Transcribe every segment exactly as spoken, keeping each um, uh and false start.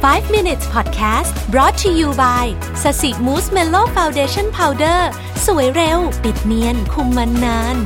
five minutes podcast brought to you by สสิมูสเมโล่ฟาวเดชั่นพาวเดอร์สวยเร็วปิดเนียนคุมมันนาน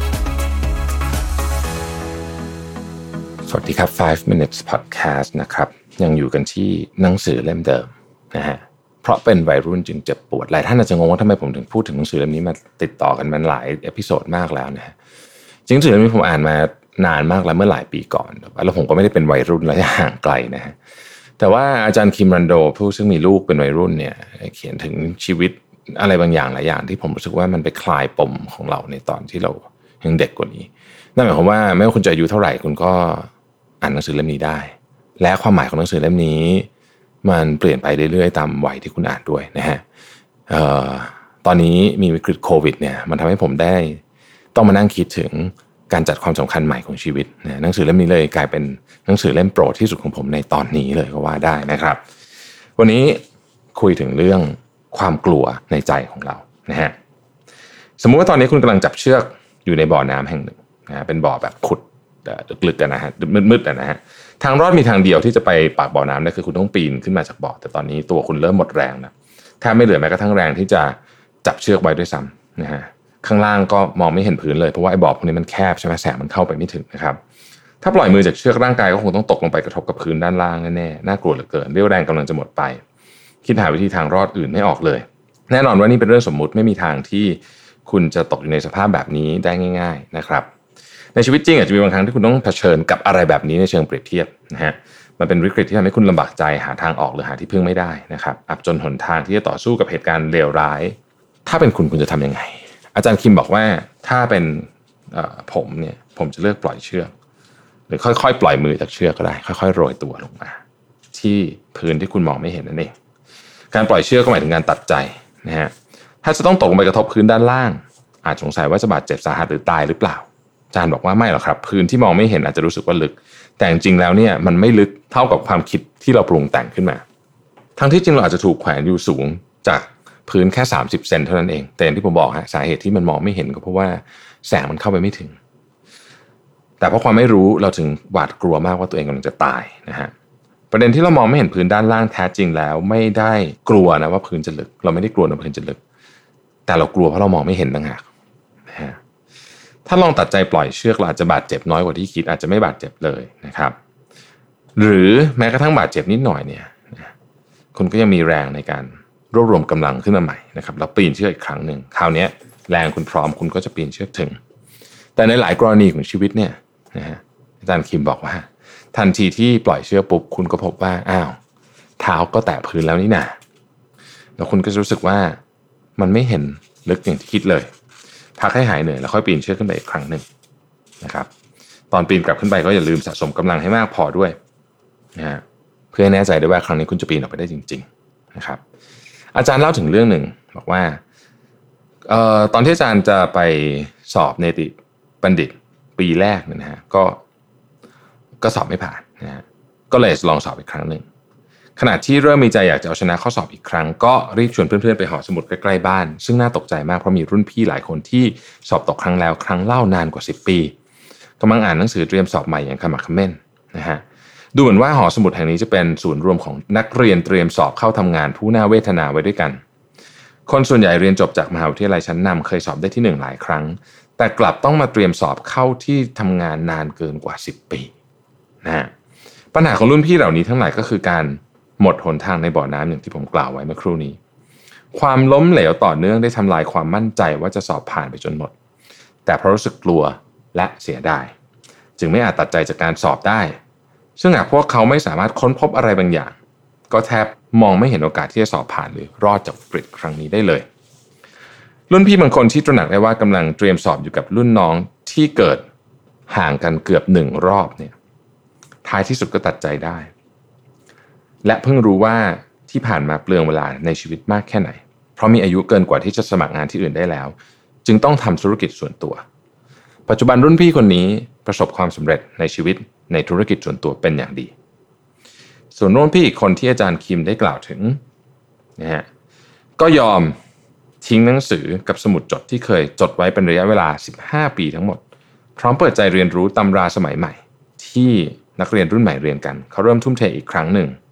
สวัสดีครับfive minutes podcast นะครับยังอยู่กันที่หนังสือเล่มเดิมนะฮะเพราะเป็นวัยรุ่นจึงเจ็บปวดหลายท่านอาจจะงงว่าทำไมผมถึงพูดถึงหนังสือเล่มนี้มาติดต่อกันมันหลายเอพิโซดมากแล้วนะฮะจริงๆหนังสือเล่มนี้ผมอ่านมานานมากแล้วเมื่อหลายปีก่อนแล้วผมก็ไม่ได้เป็นวัยรุ่นระยะห่างไกลนะฮะแต่ว่าอาจารย์คิมรันโดผู้ซึ่งมีลูกเป็นวัยรุ่นเนี่ยเขียนถึงชีวิตอะไรบางอย่างหลายอย่างที่ผมรู้สึกว่ามันไปคลายปมของเราในตอนที่เรายังเด็กกว่านี้นั่นหมายความว่าไม่ว่าคุณจะอายุเท่าไหร่คุณก็อ่านหนังสือเล่มนี้ได้และความหมายของหนังสือเล่มนี้มันเปลี่ยนไปเรื่อยๆตามวัยที่คุณอ่านด้วยนะฮะเอ่อตอนนี้มีวิกฤตโควิดเนี่ยมันทำให้ผมได้ต้องมานั่งคิดถึงการจัดความสำคัญใหม่ของชีวิตนะหนังสือเล่มนี้เลยกลายเป็นหนังสือเล่มโปรดที่สุดของผมในตอนนี้เลยก็ว่าได้นะครับวันนี้คุยถึงเรื่องความกลัวในใจของเรานะฮะสมมุติว่าตอนนี้คุณกำลังจับเชือกอยู่ในบ่อน้ำแห่งหนึ่งนะเป็นบ่อแบบขุดลึกๆกันนะฮะมืดๆนะฮะทางรอดมีทางเดียวที่จะไปปากบ่อน้ำนั่นคือคุณต้องปีนขึ้นมาจากบ่อแต่ตอนนี้ตัวคุณเริ่มหมดแรงนะแทบไม่เหลือแม้กระทั่งแรงที่จะจับเชือกไว้ด้วยซ้ำนะฮะข้างล่างก็มองไม่เห็นพื้นเลยเพราะว่าไอ้บ่อพวกนี้มันแคบใช่ไหมแสงมันเข้าไปไม่ถึงนะครับถ้าปล่อยมือจากเชือกร่างกายก็คงต้องตกลงไปกระทบกับพื้นด้านล่างแน่ๆน่ากลัวเหลือเกินเรี่ยวแรงกำลังจะหมดไปคิดหาวิธีทางรอดอื่นไม่ออกเลยแน่นอนว่านี่เป็นเรื่องสมมุติไม่มีทางที่คุณจะตกอยู่ในสภาพแบบนี้ได้ง่ายๆนะครับในชีวิตจริงอาจจะมีบางครั้งที่คุณต้องเผชิญกับอะไรแบบนี้ในเชิงเปรียบเทียบนะฮะมันเป็นวิกฤตที่ทำให้คุณลำบากใจหาทางออกหรือหาที่พึ่งไม่ได้นะครับอับจนหนทางที่จะต่อสู้กับเหตุการณ์เลวร้ายถ้าเป็นคุณคุณจะทำยังไงอาจารย์คิมบอกว่าถ้าเป็นผมเนี่ยผมจะเลือกปล่อยเชือกหรือค่อยๆปล่อยมือจากเชือกก็ได้ค่อยๆโรยตัวลงมาที่พื้นที่คุณมองไม่เห็นนั่นเองการปล่อยเชือกก็หมายถึงการตัดใจนะฮะถ้าจะต้องตกลงไปกระทบพื้นด้านล่างอาจสงสัยว่าจะบาดเจ็บสาหัสหรือตายหรือเปล่าอาจารย์บอกว่าไม่หรอกครับพื้นที่มองไม่เห็นอาจจะรู้สึกว่าลึกแต่จริงๆแล้วเนี่ยมันไม่ลึกเท่ากับความคิดที่เราปรุงแต่งขึ้นมาทั้งที่จริงเราอาจจะถูกแขวนอยู่สูงจากพื้นแค่สามสิบเซนเท่านั้นเองแต่อย่างที่ผมบอกฮะสาเหตุที่มันมองไม่เห็นก็เพราะว่าแสงมันเข้าไปไม่ถึงแต่เพราะความไม่รู้เราถึงหวาดกลัวมากว่าตัวเองกำลังจะตายนะฮะประเด็นที่เรามองไม่เห็นพื้นด้านล่างแท้จริงแล้วไม่ได้กลัวนะว่าพื้นจะลึกเราไม่ได้กลัวว่าพื้นจะลึกแต่เรากลัวเพราะเรามองไม่เห็นต่างหากนะฮะถ้าลองตัดใจปล่อยเชือกเราอาจจะบาดเจ็บน้อยกว่าที่คิดอาจจะไม่บาดเจ็บเลยนะครับหรือแม้กระทั่งบาดเจ็บนิดหน่อยเนี่ยคุณก็ยังมีแรงในการรวบรวมกำลังขึ้นมาใหม่นะครับแล้วปีนเชือกอีกครั้งหนึ่งคราวนี้แรงคุณพร้อมคุณก็จะปีนเชือกถึงแต่ในหลายกรณีของชีวิตเนี่ยนะฮะอาจารย์คิมบอกว่าทันทีที่ปล่อยเชือกปุ๊บคุณก็พบว่าอ้าวเท้าก็แตะพื้นแล้วนี่นาแล้วคุณก็รู้สึกว่ามันไม่เห็นลึกอย่างที่คิดเลยพักให้หายเหนื่อยแล้วค่อยปีนเชือกขึ้นไปอีกครั้งหนึ่งนะครับตอนปีนกลับขึ้นไปก็อย่าลืมสะสมกำลังให้มากพอด้วยนะฮะเพื่อให้แน่ใจได้ว่าครั้งนี้คุณจะปีนออกไปได้จริงๆนะครับอาจารย์เล่าถึงเรื่องหนึ่งบอกว่าเอ่อตอนที่อาจารย์จะไปสอบเนติบัณฑิตปีแรกเนี่ยนะฮะก็ก็สอบไม่ผ่านนะฮะก็เลยลองสอบอีกครั้งหนึ่งขณะที่เริ่มมีใจอยากจะเอาชนะข้อสอบอีกครั้งก็รีบชวนเพื่อนๆไปหอสมุดใกล้ๆบ้านซึ่งน่าตกใจมากเพราะมีรุ่นพี่หลายคนที่สอบตกครั้งแล้วครั้งเล่านานกว่าสิบปีกำลังอ่านหนังสือเตรียมสอบใหม่อย่างขมักเขม้นนะฮะดูเหมือนว่าหอสมุดแห่งนี้จะเป็นศูนย์รวมของนักเรียนเตรียมสอบเข้าทำงานผู้น่าเวทนาไว้ด้วยกันคนส่วนใหญ่เรียนจบจากมหาวิทยาลัยชั้นนำเคยสอบได้ที่หนึ่งหลายครั้งแต่กลับต้องมาเตรียมสอบเข้าที่ทำงานนานเกินกว่าสิบปีนะฮะปัญหาของรุ่นพี่เหล่านี้ทั้งหลายก็คือการหมดหนทางในบ่อน้ำอย่างที่ผมกล่าวไว้เมื่อครู่นี้ความล้มเหลวต่อเนื่องได้ทำลายความมั่นใจว่าจะสอบผ่านไปจนหมดแต่เพราะรู้สึกกลัวและเสียดายจึงไม่อาจตัดใจจากการสอบได้ซึ่งหากพวกเขาไม่สามารถค้นพบอะไรบางอย่างก็แทบมองไม่เห็นโอกาสที่จะสอบผ่านหรือรอดจากวิกฤตครั้งนี้ได้เลยรุ่นพี่บางคนที่ตระหนักได้ว่ากำลังเตรียมสอบอยู่กับรุ่นน้องที่เกิดห่างกันเกือบหนึ่งรอบเนี่ยท้ายที่สุดก็ตัดใจได้และเพิ่งรู้ว่าที่ผ่านมาเปลืองเวลาในชีวิตมากแค่ไหนเพราะมีอายุเกินกว่าที่จะสมัครงานที่อื่นได้แล้วจึงต้องทำธุรกิจส่วนตัวปัจจุบันรุ่นพี่คนนี้ประสบความสำเร็จในชีวิตในธุรกิจส่วนตัวเป็นอย่างดีส่วนรุ่นพี่อีกคนที่อาจารย์คิมได้กล่าวถึงนะฮะก็ยอมทิ้งหนังสือกับสมุดจดที่เคยจดไว้เป็นระยะเวลาสิบห้าปีทั้งหมดพร้อมเปิดใจเรียนรู้ตำราสมัยใหม่ที่นักเรียนรุ่นใหม่เรียนกันเขาเริ่มทุ่มเทอีกครั้งหนึ่ง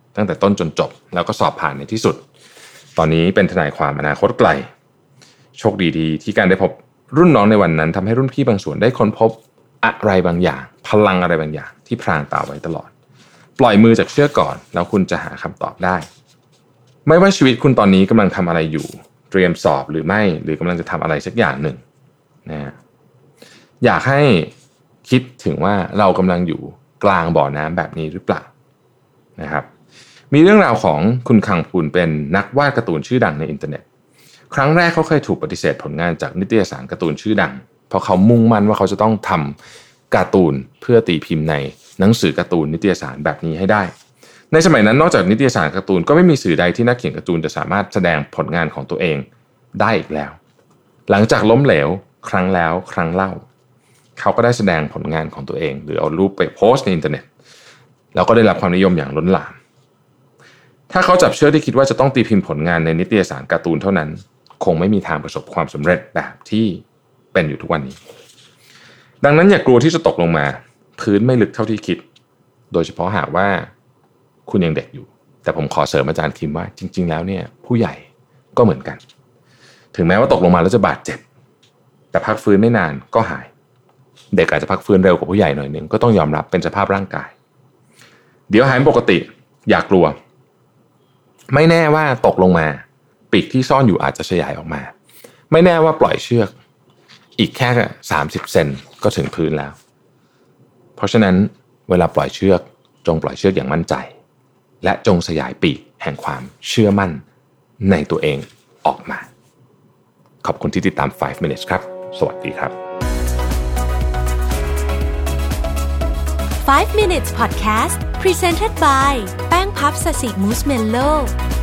ตั้งแต่ต้นจนจบแล้วก็สอบผ่านในที่สุดตอนนี้เป็นทนายความอนาคตไกลโชคดีดีที่การได้พบรุ่นน้องในวันนั้นทำให้รุ่นพี่บางส่วนได้ค้นพบอะไรบางอย่างพลังอะไรบางอย่างที่พรางตาไว้ตลอดปล่อยมือจากเชือกก่อนแล้วคุณจะหาคำตอบได้ไม่ว่าชีวิตคุณตอนนี้กำลังทำอะไรอยู่เตรียมสอบหรือไม่หรือกำลังจะทำอะไรสักอย่างหนึ่งนะอยากให้คิดถึงว่าเรากำลังอยู่กลางบ่อน้ำแบบนี้หรือเปล่านะครับมีเรื่องราวของคุณคังพูนเป็นนักวาดการ์ตูนชื่อดังในอินเทอร์เน็ตครั้งแรกเขาเคยถูกปฏิเสธผลงานจากนิตยสารการ์ตูนชื่อดังเพราะเขามุ่งมั่นว่าเขาจะต้องทำการ์ตูนเพื่อตีพิมพ์ในหนังสือการ์ตูนนิตยสารแบบนี้ให้ได้ในสมัยนั้นนอกจากนิตยสารการ์ตูนก็ไม่มีสื่อใดที่นักเขียนการ์ตูนจะสามารถแสดงผลงานของตัวเองได้อีกแล้วหลังจากล้มเหลวครั้งแล้วครั้งเล่าเขาก็ได้แสดงผลงานของตัวเองหรือเอารูปไปโพสต์ในอินเทอร์เน็ตแล้วก็ได้รับความนิยมอย่างล้นหลามถ้าเขาจับเชือกที่คิดว่าจะต้องตีพิมพ์ผลงานในนิตยสารการ์ตูนเท่านั้นคงไม่มีทางประสบความสำเร็จแบบที่เป็นอยู่ทุกวันนี้ดังนั้นอย่ากลัวที่จะตกลงมาพื้นไม่ลึกเท่าที่คิดโดยเฉพาะหากว่าคุณยังเด็กอยู่แต่ผมขอเสริมอาจารย์คิมว่าจริงๆแล้วเนี่ยผู้ใหญ่ก็เหมือนกันถึงแม้ว่าตกลงมาแล้วจะบาดเจ็บแต่พักฟื้นไม่นานก็หายเด็กอาจจะพักฟื้นเร็วกว่าผู้ใหญ่หน่อยนึงก็ต้องยอมรับเป็นสภาพร่างกายเดี๋ยวหายปกติอย่ากลัวไม่แน่ว่าตกลงมาปีกที่ซ่อนอยู่อาจจะขยายออกมาไม่แน่ว่าปล่อยเชือกอีกแค่สามสิบเซนก็ถึงพื้นแล้วเพราะฉะนั้นเวลาปล่อยเชือกจงปล่อยเชือกอย่างมั่นใจและจงขยายปีกแห่งความเชื่อมั่นในตัวเองออกมาขอบคุณที่ติดตามไฟว์ minutes ครับสวัสดีครับไฟว์ minutes podcast presented by แป้งพับสสิมูสเมลโล่